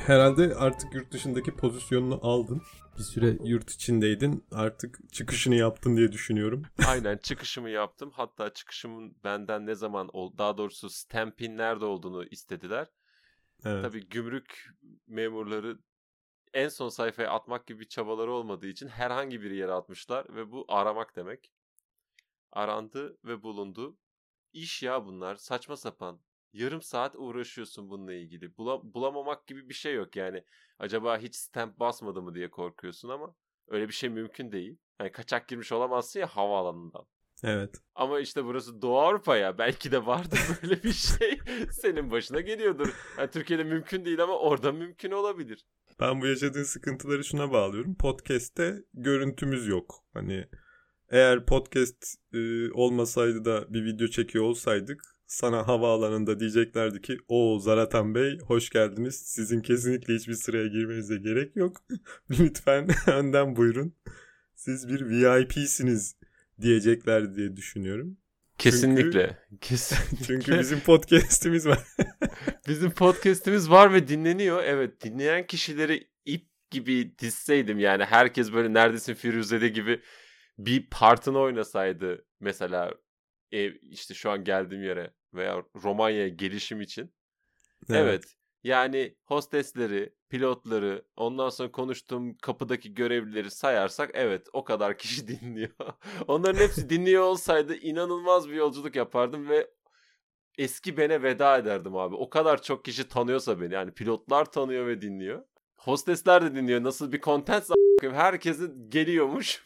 Herhalde artık yurt dışındaki pozisyonunu aldın. Bir süre yurt içindeydin. Artık çıkışını yaptın diye düşünüyorum. Aynen, çıkışımı yaptım. Hatta çıkışımın benden ne zaman, daha doğrusu stamp'in nerede olduğunu istediler. Evet. Tabii gümrük memurları en son sayfaya atmak gibi bir çabaları olmadığı için herhangi bir yere atmışlar ve bu aramak demek. Arandı ve bulundu. İş ya bunlar, saçma sapan. Yarım saat uğraşıyorsun bununla ilgili. Bulamamak gibi bir şey yok yani. Acaba hiç stamp basmadı mı diye korkuyorsun ama öyle bir şey mümkün değil. Yani kaçak girmiş olamazsın ya havaalanından. Evet. Ama işte burası Doğu Avrupa ya. Belki de vardır böyle bir şey. Senin başına geliyordur. Yani Türkiye'de mümkün değil ama orada mümkün olabilir. Ben bu yaşadığın sıkıntıları şuna bağlıyorum. Podcast'te görüntümüz yok. Hani eğer podcast olmasaydı da bir video çekiyor olsaydık sana havaalanında diyeceklerdi ki o Zaratan Bey hoş geldiniz. Sizin kesinlikle hiçbir sıraya girmenize gerek yok. Lütfen önden buyurun. Siz bir VIP'siniz diyecekler diye düşünüyorum. Kesinlikle. Kesinlikle. Çünkü bizim podcast'imiz var. Bizim podcast'imiz var ve dinleniyor. Evet, dinleyen kişileri ip gibi dizseydim, yani herkes böyle Neredesin Firuze'de gibi bir partını oynasaydı mesela, işte şu an geldiğim yere veya Romanya'ya gelişim için. Evet. Yani hostesleri, pilotları, ondan sonra konuştuğum kapıdaki görevlileri sayarsak evet o kadar kişi dinliyor. Onların hepsi dinliyor olsaydı inanılmaz bir yolculuk yapardım ve eski bene veda ederdim abi. O kadar çok kişi tanıyorsa beni, yani pilotlar tanıyor ve dinliyor. Hostesler de dinliyor. Nasıl bir content herkesin geliyormuş.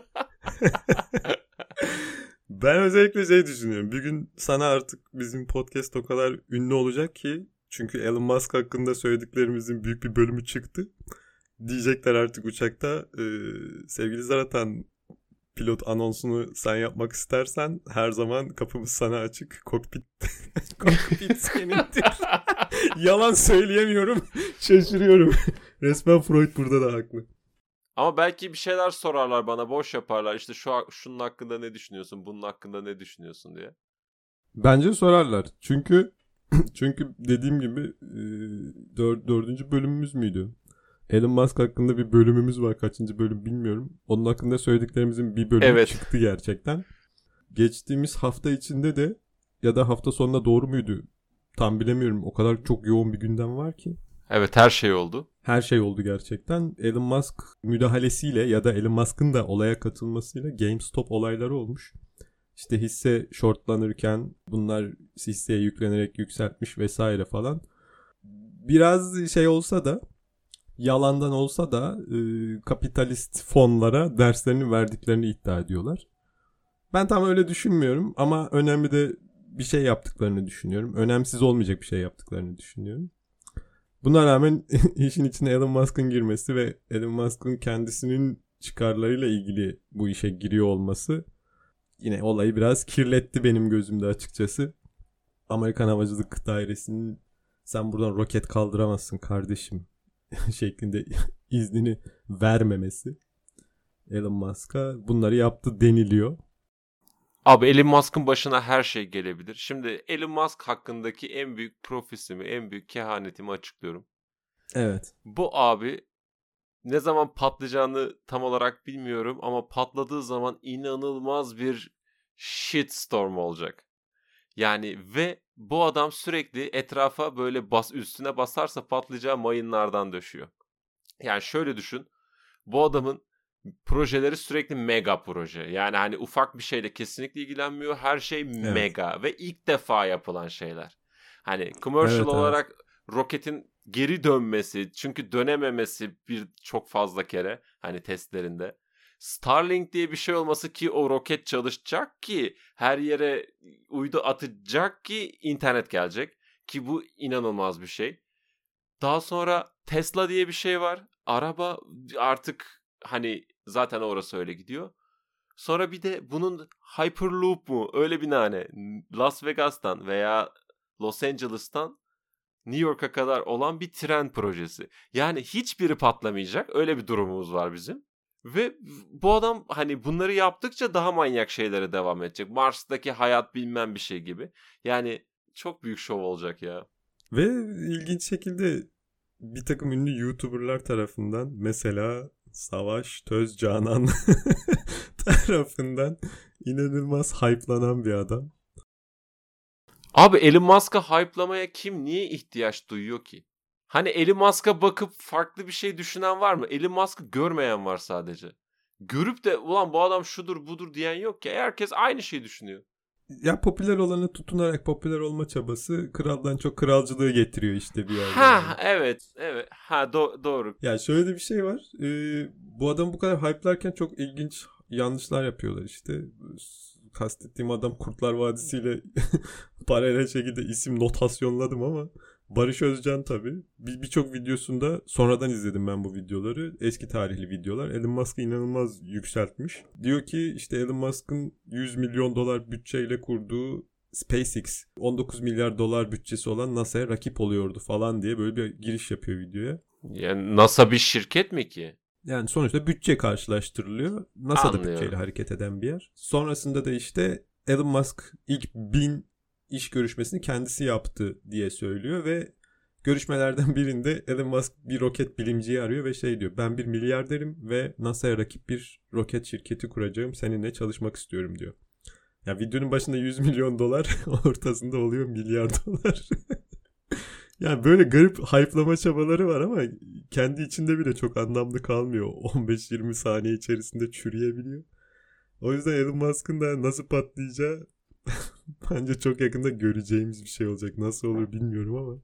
Ben özellikle şey düşünüyorum. Bir gün sana artık bizim podcast o kadar ünlü olacak ki, çünkü Elon Musk hakkında söylediklerimizin büyük bir bölümü çıktı. Diyecekler artık uçakta sevgili Zaratan, pilot anonsunu sen yapmak istersen her zaman kapımız sana açık. Kokpit senindir. Yalan söyleyemiyorum. Şaşırıyorum. Resmen Freud burada da haklı. Ama belki bir şeyler sorarlar bana, boş yaparlar. İşte şunun hakkında ne düşünüyorsun, bunun hakkında ne düşünüyorsun diye. Bence sorarlar. Çünkü dediğim gibi dördüncü bölümümüz müydü? Elon Musk hakkında bir bölümümüz var. Kaçıncı bölüm bilmiyorum. Onun hakkında söylediklerimizin bir bölümü çıktı gerçekten. Geçtiğimiz hafta içinde de ya da hafta sonuna doğru muydu? Tam bilemiyorum. O kadar çok yoğun bir gündem var ki. Evet, her şey oldu. Her şey oldu gerçekten. Elon Musk müdahalesiyle ya da Elon Musk'ın da olaya katılmasıyla GameStop olayları olmuş. İşte hisse shortlanırken bunlar hisseye yüklenerek yükseltmiş vesaire falan. Biraz şey olsa da, yalandan olsa da kapitalist fonlara derslerini verdiklerini iddia ediyorlar. Ben tam öyle düşünmüyorum ama önemli de bir şey yaptıklarını düşünüyorum. Önemsiz olmayacak bir şey yaptıklarını düşünüyorum. Buna rağmen işin içine Elon Musk'ın girmesi ve Elon Musk'ın kendisinin çıkarlarıyla ilgili bu işe giriyor olması yine olayı biraz kirletti benim gözümde açıkçası. Amerikan Havacılık Dairesi'nin sen buradan roket kaldıramazsın kardeşim şeklinde iznini vermemesi Elon Musk'a, bunları yaptı deniliyor. Abi Elon Musk'ın başına her şey gelebilir. Şimdi Elon Musk hakkındaki en büyük profesimi, en büyük kehanetimi açıklıyorum. Evet. Bu abi ne zaman patlayacağını tam olarak bilmiyorum ama patladığı zaman inanılmaz bir shitstorm olacak. Yani ve bu adam sürekli etrafa böyle üstüne basarsa patlayacağı mayınlardan döşüyor. Yani şöyle düşün. Bu adamın projeleri sürekli mega proje. Yani hani ufak bir şeyle kesinlikle ilgilenmiyor. Her şey mega ve ilk defa yapılan şeyler. Hani commercial olarak roketin geri dönmesi, çünkü dönememesi bir çok fazla kere hani testlerinde. Starlink diye bir şey olması ki o roket çalışacak ki her yere uydu atacak ki internet gelecek ki bu inanılmaz bir şey. Daha sonra Tesla diye bir şey var. Araba artık hani zaten orası öyle gidiyor. Sonra bir de bunun Hyperloop mu? Öyle bir nane. Las Vegas'tan veya Los Angeles'tan New York'a kadar olan bir tren projesi. Yani hiçbiri patlamayacak. Öyle bir durumumuz var bizim. Ve bu adam hani bunları yaptıkça daha manyak şeylere devam edecek. Mars'taki hayat bilmem bir şey gibi. Yani çok büyük şov olacak ya. Ve ilginç şekilde bir takım ünlü YouTuber'lar tarafından, mesela Savaş Tözcanan tarafından inanılmaz hype'lanan bir adam. Abi Elon Musk'a hype'lamaya kim niye ihtiyaç duyuyor ki? Hani Elon Musk'a bakıp farklı bir şey düşünen var mı? Elon Musk'ı görmeyen var sadece. Görüp de ulan bu adam şudur budur diyen yok ki. Herkes aynı şeyi düşünüyor. Ya popüler olanı tutunarak popüler olma çabası kraldan çok kralcılığı getiriyor işte bir yerde. Ha evet. Ha doğru. Ya şöyle de bir şey var. Bu adamı bu kadar hype'larken çok ilginç yanlışlar yapıyorlar işte. Kastettiğim adam Kurtlar Vadisi ile paralel şekilde isim notasyonladım ama Barış Özcan tabii. Birçok videosunda sonradan izledim ben bu videoları. Eski tarihli videolar. Elon Musk'ı inanılmaz yükseltmiş. Diyor ki işte Elon Musk'ın 100 milyon dolar bütçeyle kurduğu SpaceX 19 milyar dolar bütçesi olan NASA'ya rakip oluyordu falan diye böyle bir giriş yapıyor videoya. Yani NASA bir şirket mi ki? Yani sonuçta bütçe karşılaştırılıyor. NASA da bütçeyle Anlıyorum. hareket eden bir yer. Sonrasında da işte Elon Musk ilk 1000 iş görüşmesini kendisi yaptı diye söylüyor ve görüşmelerden birinde Elon Musk bir roket bilimciyi arıyor ve şey diyor: ben bir milyarderim ve NASA'ya rakip bir roket şirketi kuracağım, seninle çalışmak istiyorum diyor. Ya videonun başında 100 milyon dolar, ortasında oluyor milyar dolar. Yani böyle garip hype'lama çabaları var ama kendi içinde bile çok anlamlı kalmıyor. 15-20 saniye içerisinde çürüyebiliyor. O yüzden Elon Musk'ın da nasıl patlayacağı bence çok yakında göreceğimiz bir şey olacak. Nasıl olur bilmiyorum ama.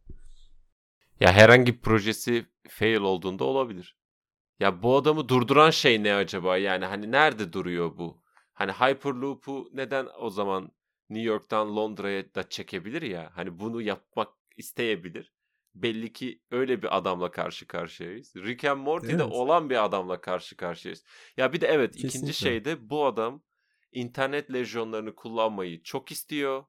Ya herhangi bir projesi fail olduğunda olabilir. Ya bu adamı durduran şey ne acaba? Yani hani nerede duruyor bu? Hani Hyperloop'u neden o zaman New York'tan Londra'ya da çekebilir ya? Hani bunu yapmak isteyebilir. Belli ki öyle bir adamla karşı karşıyayız. Rick and Morty'de Evet, olan bir adamla karşı karşıyayız. Ya bir de evet, ikinci kesinlikle. şey de bu adam internet lejyonlarını kullanmayı çok istiyor.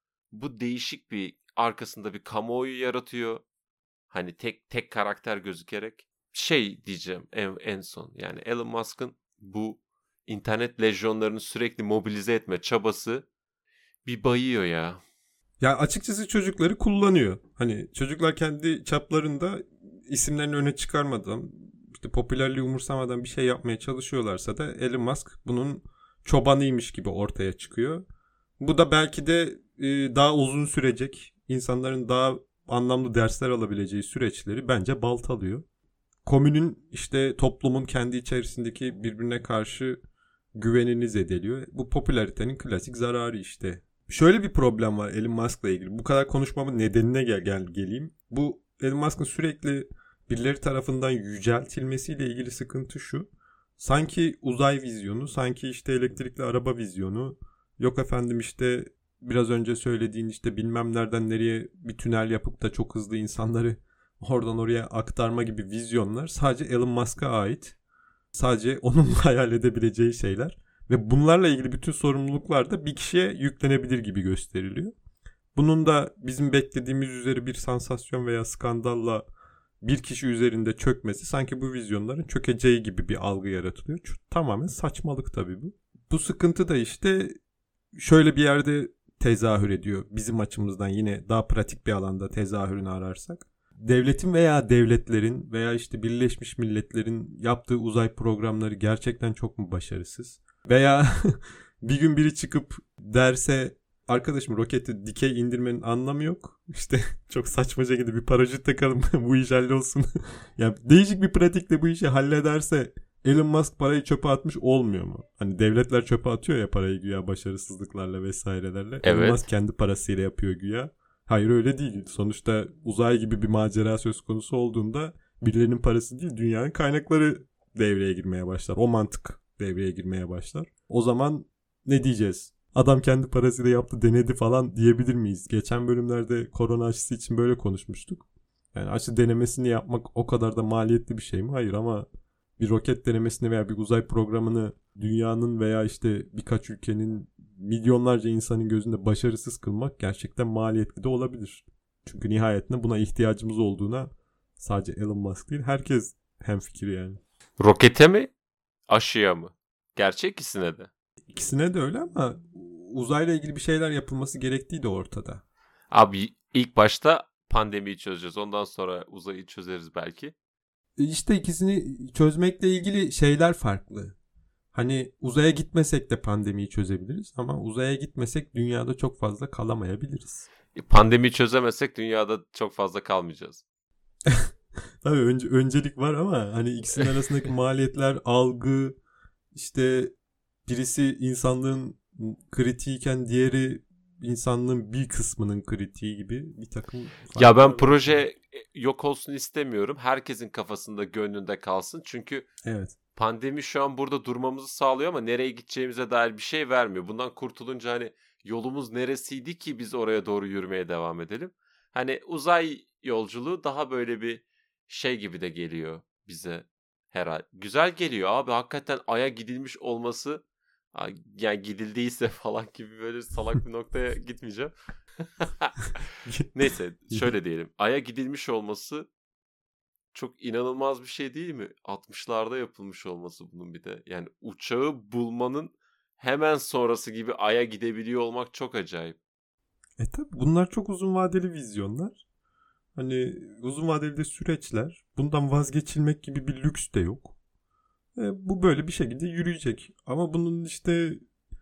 Bu değişik bir arkasında bir kamuoyu yaratıyor. Hani tek karakter gözükerek şey diyeceğim en son. Yani Elon Musk'ın bu internet lejyonlarını sürekli mobilize etme çabası bir bayıyor ya. Ya açıkçası çocukları kullanıyor. Hani çocuklar kendi çaplarında isimlerini öne çıkarmadan, işte popülerliği umursamadan bir şey yapmaya çalışıyorlarsa da Elon Musk bunun çobanıymış gibi ortaya çıkıyor. Bu da belki de daha uzun sürecek, insanların daha anlamlı dersler alabileceği süreçleri bence baltalıyor. Komünün, işte toplumun kendi içerisindeki birbirine karşı güvenini zedeliyor. Bu popülaritenin klasik zararı işte. Şöyle bir problem var Elon Musk'la ilgili. Bu kadar konuşmamın nedenine geleyim. Bu Elon Musk'ın sürekli birileri tarafından yüceltilmesiyle ilgili sıkıntı şu: sanki uzay vizyonu, sanki işte elektrikli araba vizyonu, yok efendim işte biraz önce söylediğin işte bilmem nereden nereye bir tünel yapıp da çok hızlı insanları oradan oraya aktarma gibi vizyonlar sadece Elon Musk'a ait. Sadece onun hayal edebileceği şeyler. Ve bunlarla ilgili bütün sorumluluklar da bir kişiye yüklenebilir gibi gösteriliyor. Bunun da bizim beklediğimiz üzere bir sansasyon veya skandalla bir kişi üzerinde çökmesi sanki bu vizyonların çökeceği gibi bir algı yaratılıyor. Tamamen saçmalık tabii bu. Bu sıkıntı da işte şöyle bir yerde tezahür ediyor. Bizim açımızdan yine daha pratik bir alanda tezahürünü ararsak. Devletin veya devletlerin veya işte Birleşmiş Milletler'in yaptığı uzay programları gerçekten çok mu başarısız? Veya bir gün biri çıkıp derse, arkadaşım roketi dikey indirmenin anlamı yok. İşte çok saçmaca gibi bir paraşüt takalım bu iş hallolsun. Ya değişik bir pratikle bu işi hallederse Elon Musk parayı çöpe atmış olmuyor mu? Hani devletler çöpe atıyor ya parayı güya başarısızlıklarla vesairelerle. Elon Musk Evet. kendi parasıyla yapıyor güya. Hayır, öyle değil. Sonuçta uzay gibi bir macera söz konusu olduğunda birilerinin parası değil, dünyanın kaynakları devreye girmeye başlar. O mantık devreye girmeye başlar. O zaman ne diyeceğiz? Adam kendi parasıyla yaptı, denedi falan diyebilir miyiz? Geçen bölümlerde korona aşısı için böyle konuşmuştuk. Yani aşı denemesini yapmak o kadar da maliyetli bir şey mi? Hayır, ama bir roket denemesini veya bir uzay programını dünyanın veya işte birkaç ülkenin milyonlarca insanın gözünde başarısız kılmak gerçekten maliyetli de olabilir. Çünkü nihayetinde buna ihtiyacımız olduğuna sadece Elon Musk değil, herkes hemfikir yani. Rokete mi? Aşıya mı? Gerçi ikisine de. İkisine de öyle ama uzayla ilgili bir şeyler yapılması gerektiği de ortada. Abi ilk başta pandemiyi çözeceğiz. Ondan sonra uzayı çözeriz belki. İşte ikisini çözmekle ilgili şeyler farklı. Hani uzaya gitmesek de pandemiyi çözebiliriz ama uzaya gitmesek dünyada çok fazla kalamayabiliriz. Pandemiyi çözemezsek dünyada çok fazla kalmayacağız. Tabii öncelik var ama hani ikisinin arasındaki maliyetler, algı, işte birisi insanlığın kritiğiken diğeri insanlığın bir kısmının kritiği gibi bir takım Ya ben var. proje yok olsun istemiyorum. Herkesin kafasında, gönlünde kalsın. Çünkü Evet. pandemi şu an burada durmamızı sağlıyor ama nereye gideceğimize dair bir şey vermiyor. Bundan kurtulunca hani yolumuz neresiydi ki biz oraya doğru yürümeye devam edelim? Hani uzay yolculuğu daha böyle bir şey gibi de geliyor bize herhalde. Güzel geliyor abi. Hakikaten Ay'a gidilmiş olması, yani gidildiyse falan gibi böyle salak bir noktaya gitmeyeceğim. Neyse şöyle diyelim. Ay'a gidilmiş olması çok inanılmaz bir şey değil mi? 60'larda yapılmış olması bunun bir de. Yani uçağı bulmanın hemen sonrası gibi Ay'a gidebiliyor olmak çok acayip. Tabii bunlar çok uzun vadeli vizyonlar. Hani uzun vadeli de süreçler. Bundan vazgeçilmek gibi bir lüks de yok. Bu böyle bir şekilde yürüyecek. Ama bunun işte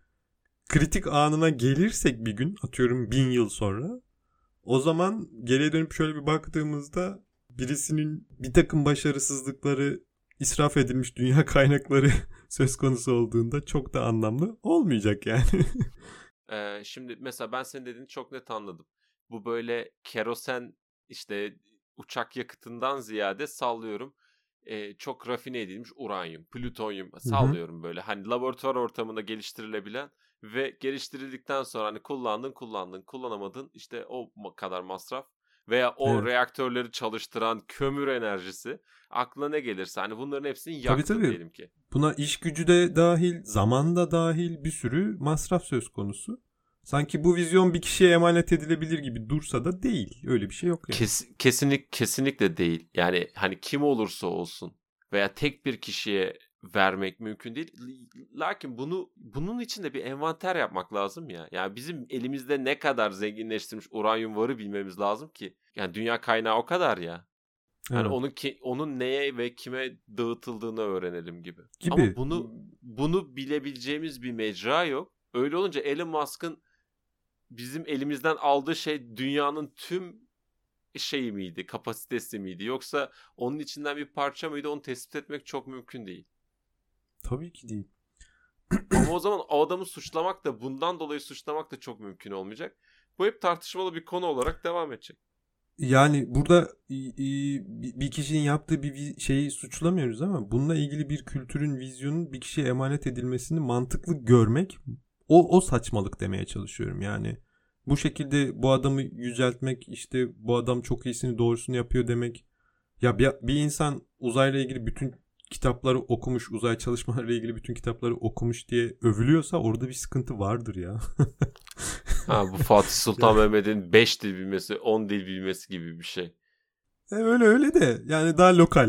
kritik anına gelirsek bir gün, atıyorum 1000 yıl sonra, o zaman geriye dönüp şöyle bir baktığımızda birisinin bir takım başarısızlıkları, israf edilmiş dünya kaynakları söz konusu olduğunda çok da anlamlı olmayacak yani. Şimdi mesela ben senin dediğini çok net anladım. Bu böyle kerosen işte uçak yakıtından ziyade sallıyorum. Çok rafine edilmiş uranyum, plütonyum sallıyorum böyle. Hani laboratuvar ortamında geliştirilebilen ve geliştirildikten sonra hani kullanamadın işte o kadar masraf veya o Evet. reaktörleri çalıştıran kömür enerjisi aklına ne gelirse hani bunların hepsini yaktın Tabii. diyelim ki. Buna iş gücü de dahil, zaman da dahil bir sürü masraf söz konusu. Sanki bu vizyon bir kişiye emanet edilebilir gibi dursa da değil. Öyle bir şey yok yani. Kesinlikle değil. Yani hani kim olursa olsun veya tek bir kişiye vermek mümkün değil. Lakin bunun için de bir envanter yapmak lazım ya. Yani bizim elimizde ne kadar zenginleştirilmiş uranyum varı bilmemiz lazım ki. Yani dünya kaynağı o kadar ya. Hani Evet. onun neye ve kime dağıtıldığını öğrenelim gibi. Ama Gibi. bunu bilebileceğimiz bir mecra yok. Öyle olunca Elon Musk'ın bizim elimizden aldığı şey dünyanın tüm şeyi miydi, kapasitesi miydi? Yoksa onun içinden bir parça mıydı? Onu tespit etmek çok mümkün değil. Tabii ki değil. Ama o zaman o adamı suçlamak da bundan dolayı suçlamak da çok mümkün olmayacak. Bu hep tartışmalı bir konu olarak devam edecek. Yani burada bir kişinin yaptığı bir şeyi suçlamıyoruz ama bununla ilgili bir kültürün, vizyonun bir kişiye emanet edilmesini mantıklı görmek, o saçmalık demeye çalışıyorum. Yani bu şekilde bu adamı yüceltmek, işte bu adam çok iyisini, doğrusunu yapıyor demek. Ya bir insan uzayla ilgili bütün kitapları okumuş, uzay çalışmalarıyla ilgili bütün kitapları okumuş diye övülüyorsa orada bir sıkıntı vardır ya. Ha, bu Fatih Sultan Mehmet'in 5 dil bilmesi, 10 dil bilmesi gibi bir şey. Öyle de yani daha lokal.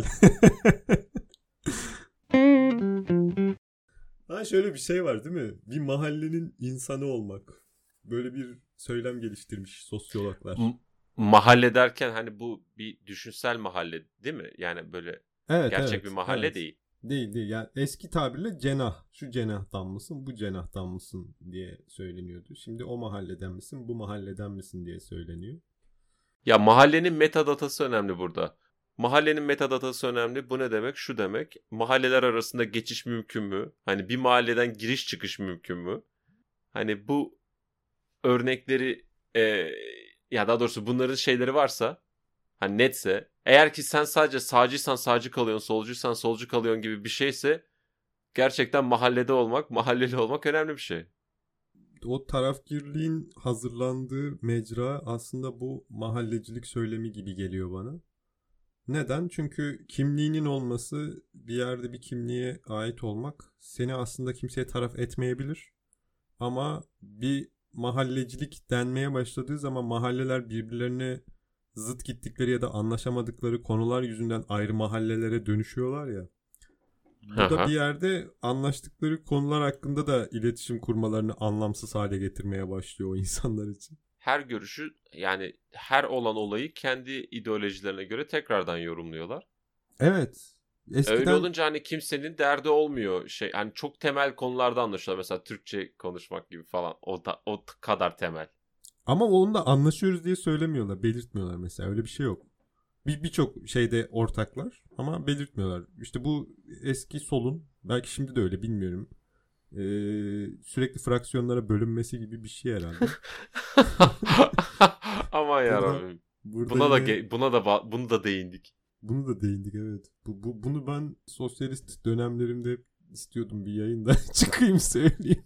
Ha, şöyle bir şey var değil mi? Bir mahallenin insanı olmak. Böyle bir söylem geliştirmiş sosyologlar. Mahalle derken hani bu bir düşünsel mahalle değil mi? Yani böyle gerçek bir Evet, mahalle evet. değil. Değil. Yani eski tabirle cenah. Şu cenahtan mısın, bu cenahtan mısın diye söyleniyordu. Şimdi o mahalleden misin, bu mahalleden misin diye söyleniyor. Ya mahallenin metadatası önemli burada. Mahallenin metadatası önemli. Bu ne demek? Şu demek. Mahalleler arasında geçiş mümkün mü? Hani bir mahalleden giriş çıkış mümkün mü? Hani bu örnekleri ya daha doğrusu bunların şeyleri varsa hani netse eğer ki sen sadece sağcıysan sağcı kalıyorsun, solcuysan solcu kalıyorsun gibi bir şeyse gerçekten mahallede olmak, mahalleli olmak önemli bir şey. O tarafgirliğin hazırlandığı mecra aslında bu mahallecilik söylemi gibi geliyor bana. Neden? Çünkü kimliğinin olması, bir yerde bir kimliğe ait olmak seni aslında kimseye taraf etmeyebilir. Ama bir mahallecilik denmeye başladığı zaman mahalleler birbirlerine zıt gittikleri ya da anlaşamadıkları konular yüzünden ayrı mahallelere dönüşüyorlar ya. Bu da bir yerde anlaştıkları konular hakkında da iletişim kurmalarını anlamsız hale getirmeye başlıyor o insanlar için. her görüşü yani her olan olayı kendi ideolojilerine göre tekrardan yorumluyorlar. Evet. Öyle Eskiden olunca hani kimsenin derdi olmuyor şey hani çok temel konularda anlaşılıyor mesela Türkçe konuşmak gibi falan o kadar temel. ama onunla anlaşıyoruz diye söylemiyorlar, belirtmiyorlar mesela. Öyle bir şey yok. Birçok şeyde ortaklar ama belirtmiyorlar. İşte bu eski solun, belki şimdi de öyle bilmiyorum. Sürekli fraksiyonlara bölünmesi gibi bir şey herhalde. Aman Burada yarabbim. burada Buna da yine bunu da değindik. bunu da değindik, evet. Bunu ben sosyalist dönemlerimde hep istiyordum, bir yayında çıkayım söyleyeyim.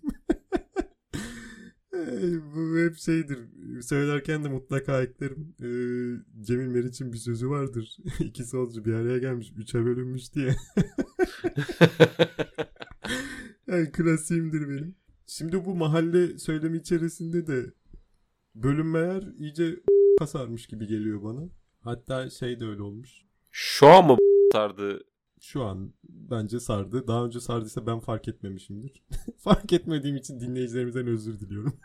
Bu hep şeydir. Söylerken de mutlaka eklerim. Cemil Meriç'in bir sözü vardır. İki solcu bir araya gelmiş, üçe bölünmüş diye. Yani klasiğimdir benim. Şimdi bu mahalle söylemi içerisinde de bölünmeler iyice kasarmış gibi geliyor bana. Hatta şey de öyle olmuş. Şu an mı sardı? Şu an bence sardı. Daha önce sardıysa ben fark etmemişimdir. Fark etmediğim için dinleyicilerimizden özür diliyorum.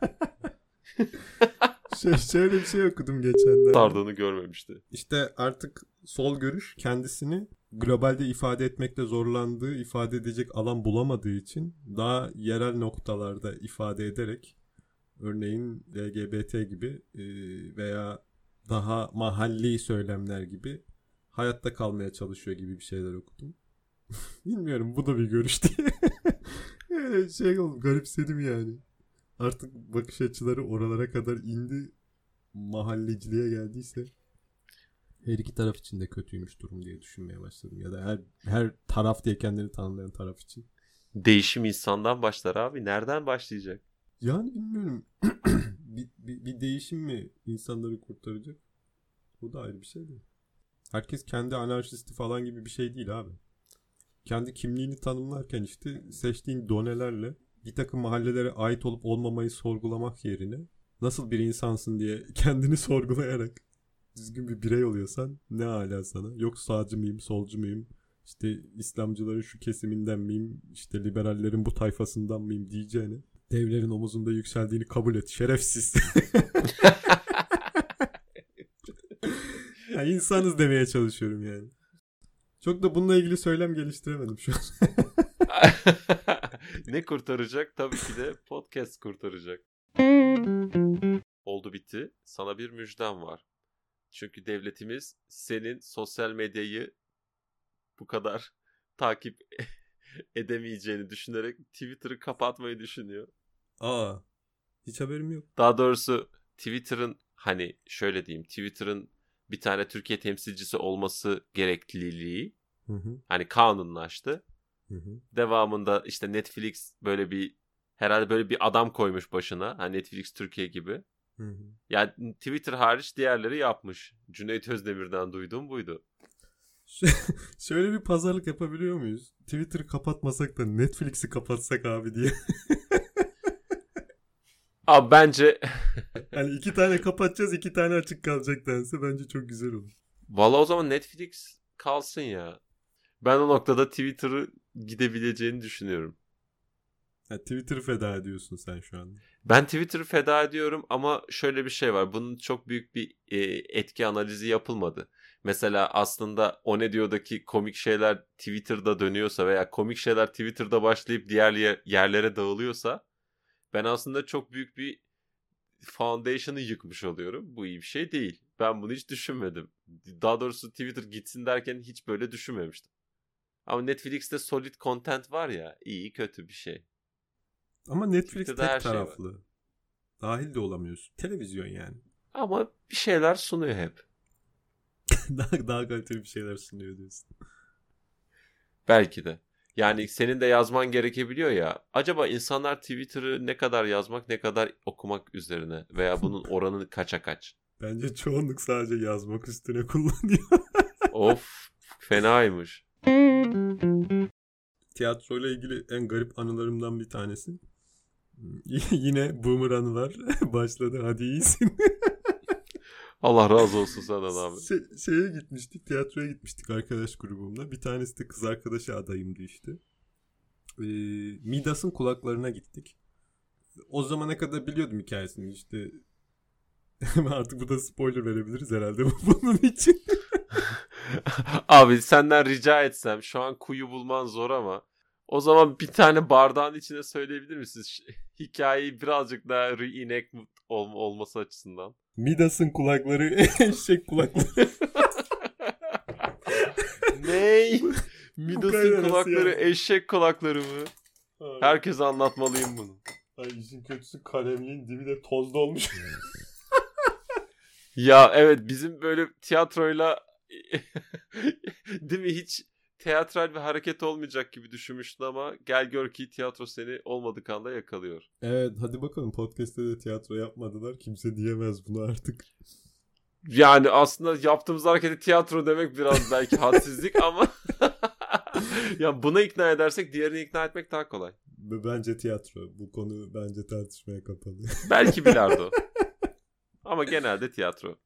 Şöyle bir şey okudum geçenlerde. Sardığını görmemişti. İşte artık sol görüş kendisini globalde ifade etmekte zorlandığı, ifade edecek alan bulamadığı için daha yerel noktalarda ifade ederek, örneğin LGBT gibi veya daha mahalli söylemler gibi hayatta kalmaya çalışıyor gibi bir şeyler okudum. Bilmiyorum, bu da bir görüş diye. Yani şey oldu, garipsedim yani. Artık bakış açıları oralara kadar indi, mahalleciliğe geldiyse her iki taraf için de kötüymüş durum diye düşünmeye başladım. Ya da her taraf diye kendini tanımlayan taraf için. Değişim insandan başlar abi. Nereden başlayacak? Yani bilmiyorum. bir değişim mi insanları kurtaracak? O da ayrı bir şey de. Herkes kendi anarşisti falan gibi bir şey değil abi. Kendi kimliğini tanımlarken işte seçtiğin donelerle bir takım mahallelere ait olup olmamayı sorgulamak yerine nasıl bir insansın diye kendini sorgulayarak düzgün bir birey oluyorsan ne hala sana. Yok sağcı mıyım, solcu muyum, işte İslamcıların şu kesiminden miyim, işte liberallerin bu tayfasından mıyım diyeceğine devlerin omuzunda yükseldiğini kabul et. Şerefsiz. Yani insanız demeye çalışıyorum yani. Çok da bununla ilgili söylem geliştiremedim şu an. Ne kurtaracak? Tabii ki de podcast kurtaracak. Oldu bitti. Sana bir müjdem var. Çünkü devletimiz senin sosyal medyayı bu kadar takip edemeyeceğini düşünerek Twitter'ı kapatmayı düşünüyor. Aa, hiç haberim yok. Daha doğrusu Twitter'ın hani şöyle diyeyim Twitter'ın bir tane Türkiye temsilcisi olması gerekliliği Hı hı, hani kanunlaştı. hı hı. Devamında işte Netflix böyle bir herhalde böyle bir adam koymuş başına. Hani Netflix Türkiye gibi. Hı hı. Yani Twitter hariç diğerleri yapmış. Cüneyt Özdemir'den duyduğum buydu. Şöyle bir pazarlık yapabiliyor muyuz? Twitter'ı kapatmasak da Netflix'i kapatsak abi diye. Abi bence Hani iki tane kapatacağız, iki tane açık kalacak dense bence çok güzel olur. valla o zaman Netflix kalsın ya. Ben o noktada Twitter'ı gidebileceğini düşünüyorum. Ha, Twitter'ı feda ediyorsun sen şu anda. Ben Twitter'ı feda ediyorum ama şöyle bir şey var. Bunun çok büyük bir etki analizi yapılmadı. Mesela aslında O Ne Diyor'daki komik şeyler Twitter'da dönüyorsa veya komik şeyler Twitter'da başlayıp diğer yerlere dağılıyorsa ben aslında çok büyük bir foundation'ı yıkmış oluyorum. Bu iyi bir şey değil. Ben bunu hiç düşünmedim. Daha doğrusu Twitter gitsin derken hiç böyle düşünmemiştim. Ama Netflix'te solid content var ya, iyi kötü bir şey. Ama Netflix Twitter'da tek her şey var. taraflı. Dahil de olamıyorsun. Televizyon yani. Ama bir şeyler sunuyor hep. Daha kaliteli bir şeyler sunuyor diyorsun. Belki de. Yani senin de yazman gerekebiliyor ya. Acaba insanlar Twitter'ı ne kadar yazmak ne kadar okumak üzerine veya bunun oranı kaça kaç? Bence çoğunluk sadece yazmak üstüne kullanıyor. Of fenaymış. Tiyatroyla ilgili en garip anılarımdan bir tanesi. Yine boomer anılar başladı. Hadi iyisin. Allah razı olsun senden abi. Şeye gitmiştik. Tiyatroya gitmiştik arkadaş grubumla. Bir tanesi de kız arkadaşı adayımdı işte. Midas'ın kulaklarına gittik. O zamana kadar biliyordum hikayesini. İşte Artık burada spoiler verebiliriz herhalde bunun için. Abi senden rica etsem, şu an kuyu bulman zor ama o zaman bir tane bardağın içine söyleyebilir misiniz? Hikayeyi birazcık daha reenact olması açısından. Midas'ın kulakları eşek kulakları. Ney? Bu Midas'ın kadar kulakları yani. eşek kulakları mı? Herkese anlatmalıyım bunu. Ay işin kötüsü kalemliğin dibi de tozlu olmuş. Ya evet, bizim böyle tiyatroyla değil mi, hiç teatral bir hareket olmayacak gibi düşünmüştün ama gel gör ki tiyatro seni olmadık anda yakalıyor. Evet hadi bakalım, podcast'te de tiyatro yapmadılar. Kimse diyemez bunu artık. Yani aslında yaptığımız hareketi tiyatro demek biraz belki hadsizlik ama ya buna ikna edersek diğerini ikna etmek daha kolay. Bence tiyatro. Bu konu bence tartışmaya kapalı. Belki bilardo. Ama genelde tiyatro.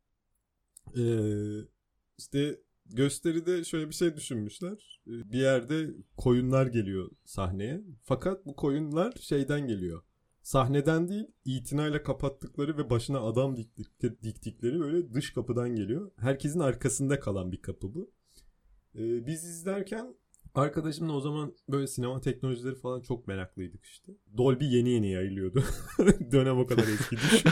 İşte gösteride şöyle bir şey düşünmüşler. Bir yerde koyunlar geliyor sahneye. Fakat bu koyunlar şeyden geliyor. Sahneden değil, itinayla kapattıkları ve başına adam diktikleri böyle dış kapıdan geliyor. Herkesin arkasında kalan bir kapı bu. Biz izlerken arkadaşımla o zaman böyle sinema teknolojileri falan çok meraklıydık işte. Dolby yeni yeni yayılıyordu. Dönem o kadar eski düşün.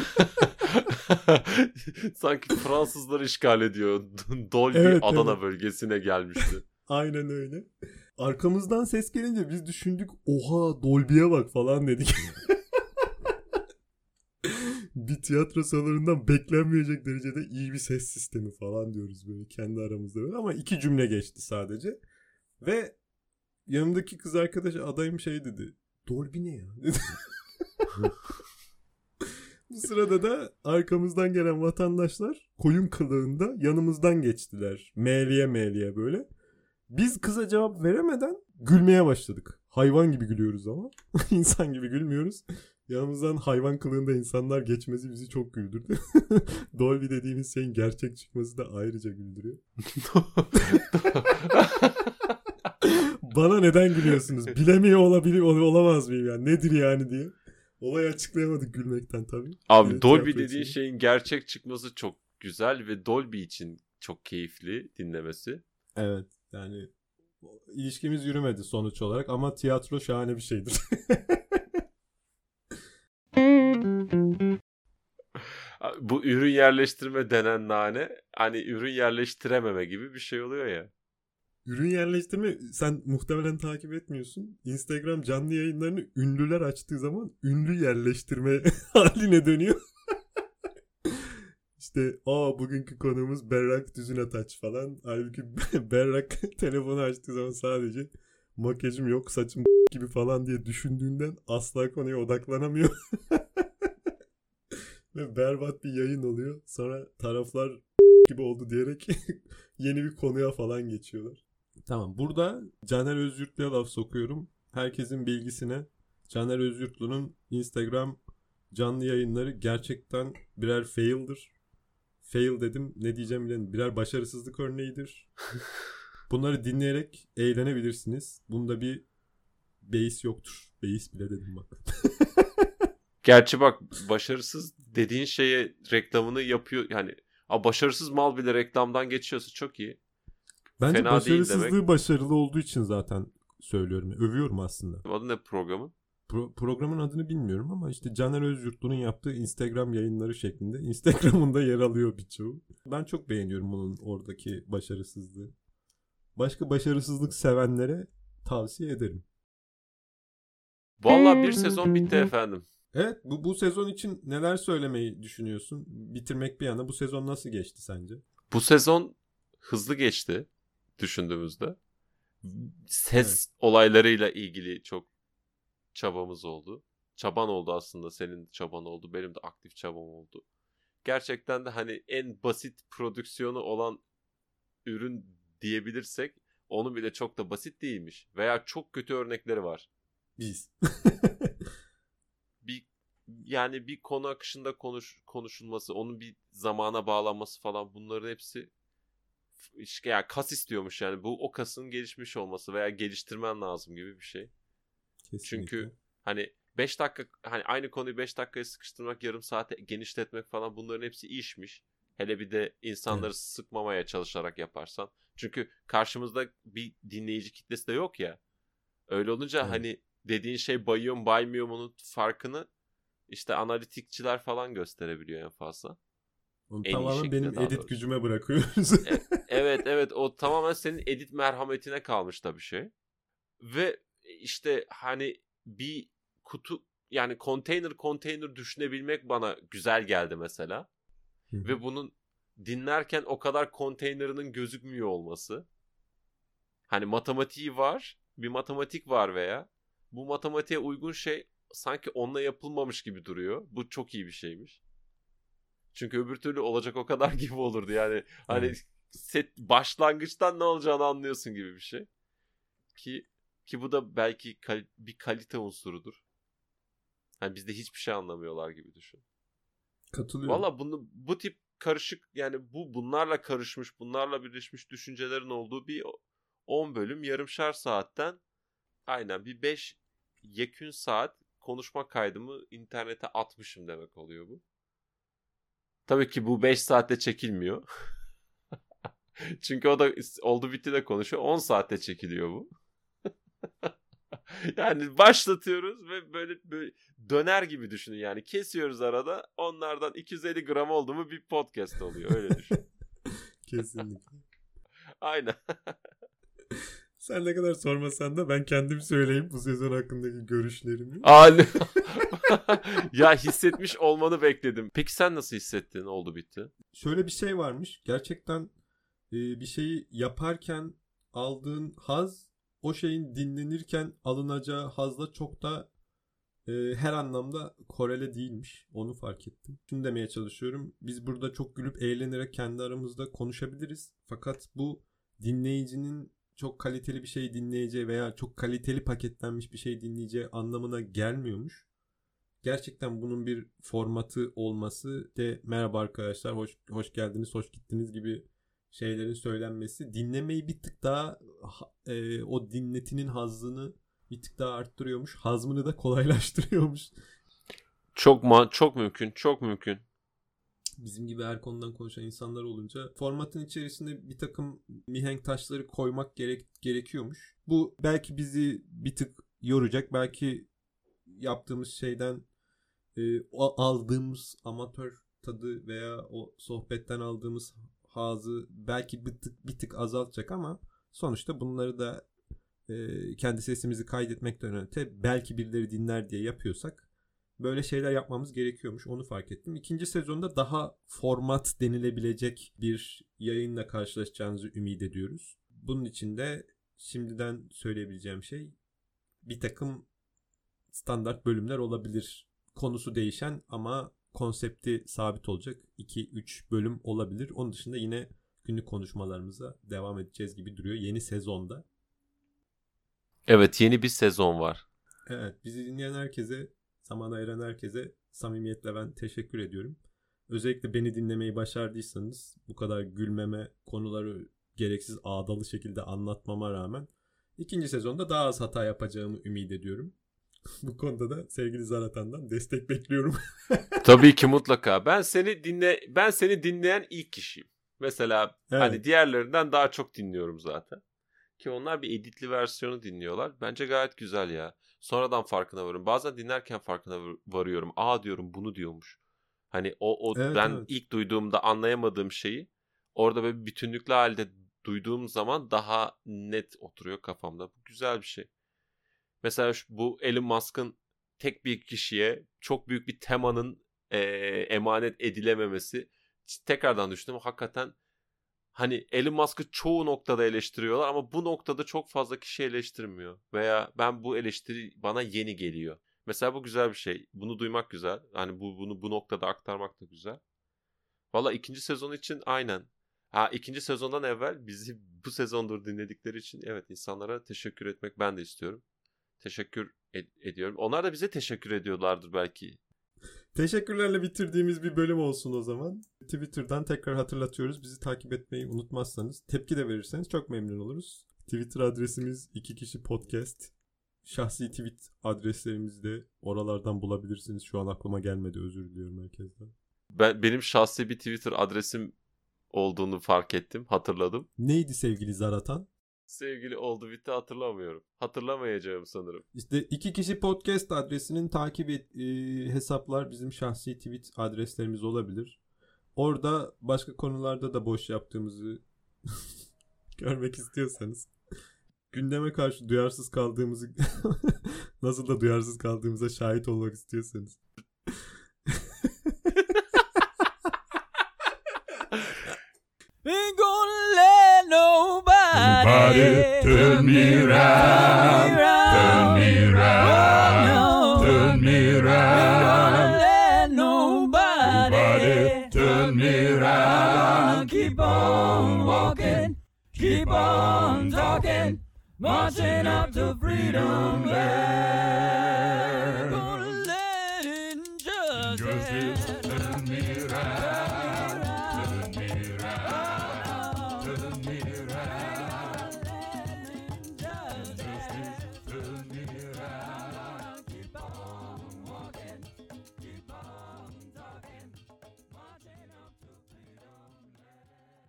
Sanki Fransızlar işgal ediyor. Dolby Evet, Adana evet. bölgesine gelmişti. Aynen öyle. Arkamızdan ses gelince biz düşündük, oha Dolby'ye bak falan dedik. Bir tiyatro salonundan beklenmeyecek derecede iyi bir ses sistemi falan diyoruz böyle kendi aramızda böyle. Ama 2 cümle geçti sadece. Ve yanımdaki kız arkadaş adayım şey dedi. Dolby ne ya? Dedi. Bu sırada da arkamızdan gelen vatandaşlar koyun kılığında yanımızdan geçtiler. Meğliye meğliye böyle. Biz kıza cevap veremeden gülmeye başladık. Hayvan gibi gülüyoruz ama. İnsan gibi gülmüyoruz. Yanımızdan hayvan kılığında insanlar geçmesi bizi çok güldürdü. Dolby dediğimiz şeyin gerçek çıkması da ayrıca güldürüyor. Bana neden gülüyorsunuz? Bilemiyor olabilir, olamaz mıyım yani? Nedir yani diye. Olayı açıklayamadık gülmekten tabii. Abi Dolby Tiyatro dediğin için. şeyin gerçek çıkması çok güzel ve Dolby için çok keyifli dinlemesi. Evet yani ilişkimiz yürümedi sonuç olarak ama tiyatro şahane bir şeydir. Bu ürün yerleştirme denen nane, hani ürün yerleştirememe gibi bir şey oluyor ya. Ürün yerleştirme sen muhtemelen takip etmiyorsun. Instagram canlı yayınlarını ünlüler açtığı zaman ünlü yerleştirme haline dönüyor. İşte bugünkü konuğumuz Berrak Düzünataç falan. Halbuki Berrak telefonu açtığı zaman sadece makyajım yok, saçım gibi falan diye düşündüğünden asla konuya odaklanamıyor. Ve berbat bir yayın oluyor. Sonra taraflar gibi oldu diyerek yeni bir konuya falan geçiyorlar. Tamam, burada Caner Özyurtlu'ya laf sokuyorum. Herkesin bilgisine, Caner Özyurtlu'nun Instagram canlı yayınları gerçekten birer fail'dir. Fail dedim, ne diyeceğim bilmiyorum. Birer başarısızlık örneğidir. Bunları dinleyerek eğlenebilirsiniz. Bunda bir beis yoktur. Beis bile dedim bak. Gerçi bak, başarısız dediğin şeye reklamını yapıyor. Yani başarısız mal bile reklamdan geçiyorsa çok iyi. Bence Fena değil demek. başarısızlığı başarılı olduğu için zaten söylüyorum. Övüyorum aslında. Adı ne programın? Programın adını bilmiyorum ama işte Caner Özyurtlu'nun yaptığı Instagram yayınları şeklinde Instagram'ında yer alıyor birçoğu. Ben çok beğeniyorum onun oradaki başarısızlığı. Başka başarısızlık sevenlere tavsiye ederim. Vallahi bir sezon bitti efendim. Evet, bu sezon için neler söylemeyi düşünüyorsun? Bitirmek bir yana bu sezon nasıl geçti sence? Bu sezon hızlı geçti düşündüğümüzde. Ses olaylarıyla ilgili çok çabamız oldu. Çaban oldu aslında, senin çaban oldu, benim de aktif çabam oldu. Gerçekten de hani en basit prodüksiyonu olan ürün diyebilirsek onun bile çok da basit değilmiş. Veya çok kötü örnekleri var. Biz. Yani bir konu akışında konuşulması, onun bir zamana bağlanması falan, bunların hepsi yani kas istiyormuş yani. Bu kasın gelişmiş olması veya geliştirmen lazım gibi bir şey. Kesinlikle. Çünkü hani 5 dakika hani aynı konuyu 5 dakikaya sıkıştırmak, yarım saate genişletmek falan, bunların hepsi işmiş. Hele bir de insanları Evet. sıkmamaya çalışarak yaparsan. Çünkü karşımızda bir dinleyici kitlesi de yok ya. Öyle olunca Evet. hani dediğin şey bayıyor mu baymıyor mu'nun farkını işte analitikçiler falan gösterebiliyor en fazla. Onu En iyi tamamen şekilde benim daha edit doğrusu. gücüme bırakıyoruz. Evet, o tamamen senin edit merhametine kalmış da bir şey. Ve işte hani bir kutu, yani konteyner düşünebilmek bana güzel geldi mesela. Hı hı. Ve bunun dinlerken o kadar konteynerının gözükmüyor olması. Hani matematiği var, bir matematik var veya bu matematiğe uygun şey sanki onunla yapılmamış gibi duruyor. Bu çok iyi bir şeymiş. Çünkü öbür türlü olacak o kadar gibi olurdu yani. Hani Evet. set başlangıçtan ne olacağını anlıyorsun gibi bir şey. Ki ki bu da belki bir kalite unsurudur. Hani bizde hiçbir şey anlamıyorlar gibi düşün. Katılıyorum. Valla bu tip karışık, yani bunlarla karışmış, bunlarla birleşmiş düşüncelerin olduğu bir 10 bölüm yarımşar saatten aynen bir 5 yekün saat konuşma kaydımı internete atmışım demek oluyor bu. Tabii ki bu 5 saatte çekilmiyor. Çünkü o da oldu bitti de konuşuyor. 10 saatte çekiliyor bu. Yani başlatıyoruz ve böyle döner gibi düşünün yani. Kesiyoruz arada. Onlardan 250 gram oldu mu bir podcast oluyor. Öyle düşün. Kesinlikle. Aynen. Sen ne kadar sormasan da ben kendim söyleyeyim bu sezon hakkındaki görüşlerimi. Ani- Ya hissetmiş olmanı bekledim. Peki sen nasıl hissettin? Oldu bitti. Şöyle bir şey varmış. Gerçekten bir şeyi yaparken aldığın haz o şeyin dinlenirken alınacağı hazla çok da her anlamda korele değilmiş. Onu fark ettim. Şunu demeye çalışıyorum. Biz burada çok gülüp eğlenerek kendi aramızda konuşabiliriz. Fakat bu dinleyicinin çok kaliteli bir şey dinleyeceği veya çok kaliteli paketlenmiş bir şey dinleyeceği anlamına gelmiyormuş. Gerçekten bunun bir formatı olması de merhaba arkadaşlar hoş geldiniz hoş gittiniz gibi şeylerin söylenmesi dinlemeyi bir tık daha o dinletinin hazzını bir tık daha arttırıyormuş. Hazmını da kolaylaştırıyormuş. Çok mümkün, çok mümkün. Bizim gibi her konudan konuşan insanlar olunca formatın içerisinde bir takım mihenk taşları koymak gerekiyormuş. Bu belki bizi bir tık yoracak. Belki yaptığımız şeyden aldığımız amatör tadı veya o sohbetten aldığımız hazı belki bir tık azaltacak ama sonuçta bunları da kendi sesimizi kaydetmekten öte belki birileri dinler diye yapıyorsak böyle şeyler yapmamız gerekiyormuş. Onu fark ettim. İkinci sezonda daha format denilebilecek bir yayınla karşılaşacağınızı ümit ediyoruz. Bunun için de şimdiden söyleyebileceğim şey bir takım standart bölümler olabilir. Konusu değişen ama konsepti sabit olacak 2-3 bölüm olabilir. Onun dışında yine günlük konuşmalarımıza devam edeceğiz gibi duruyor yeni sezonda. Evet, yeni bir sezon var. Evet, bizi dinleyen herkese, zaman ayıran herkese samimiyetle ben teşekkür ediyorum. Özellikle beni dinlemeyi başardıysanız bu kadar gülmeme, konuları gereksiz ağdalı şekilde anlatmama rağmen ikinci sezonda daha az hata yapacağımı ümit ediyorum. Bu konuda da sevgili Zaratan'dan destek bekliyorum. Tabii ki mutlaka. Ben seni dinleyen ilk kişiyim. Mesela hani Evet. diğerlerinden daha çok dinliyorum zaten. Ki onlar bir editli versiyonu dinliyorlar. Bence gayet güzel ya. Sonradan farkına varıyorum. Bazen dinlerken farkına varıyorum. Aa diyorum, bunu diyormuş. Hani o Evet, ben evet. ilk duyduğumda anlayamadığım şeyi orada böyle bir bütünlüklü halde duyduğum zaman daha net oturuyor kafamda. Bu güzel bir şey. Mesela bu Elon Musk'ın tek bir kişiye çok büyük bir temanın emanet edilememesi, tekrardan düşündüm. Hakikaten hani Elon Musk'ı çoğu noktada eleştiriyorlar ama bu noktada çok fazla kişi eleştirmiyor. Veya ben bu eleştiri bana yeni geliyor. Mesela bu güzel bir şey. Bunu duymak güzel. Hani bunu bu noktada aktarmak da güzel. Valla ikinci sezon için aynen. Ha, ikinci sezondan evvel bizi bu sezondur dinledikleri için evet, insanlara teşekkür etmek ben de istiyorum. Teşekkür ediyorum. Onlar da bize teşekkür ediyorlardır belki. Teşekkürlerle bitirdiğimiz bir bölüm olsun o zaman. Twitter'dan tekrar hatırlatıyoruz. Bizi takip etmeyi unutmazsanız, tepki de verirseniz çok memnun oluruz. Twitter adresimiz 2 kişi podcast. şahsi tweet adreslerimizi de oralardan bulabilirsiniz. Şu an aklıma gelmedi. Özür diliyorum herkesten. Benim şahsi bir Twitter adresim olduğunu fark ettim. Hatırladım. Neydi sevgili Zaratan? Sevgili oldu bitti hatırlamıyorum. Hatırlamayacağım sanırım. İşte 2 kişi podcast adresinin takip hesaplar bizim şahsi tweet adreslerimiz olabilir. Orada başka konularda da boş yaptığımızı görmek istiyorsanız, gündeme karşı duyarsız kaldığımızı nasıl da duyarsız kaldığımıza şahit olmak istiyorsanız Ain't gonna let nobody turn me round, turn me round, turn me round. Let nobody turn me round. keep on walking, keep on talking, marching up to freedom land.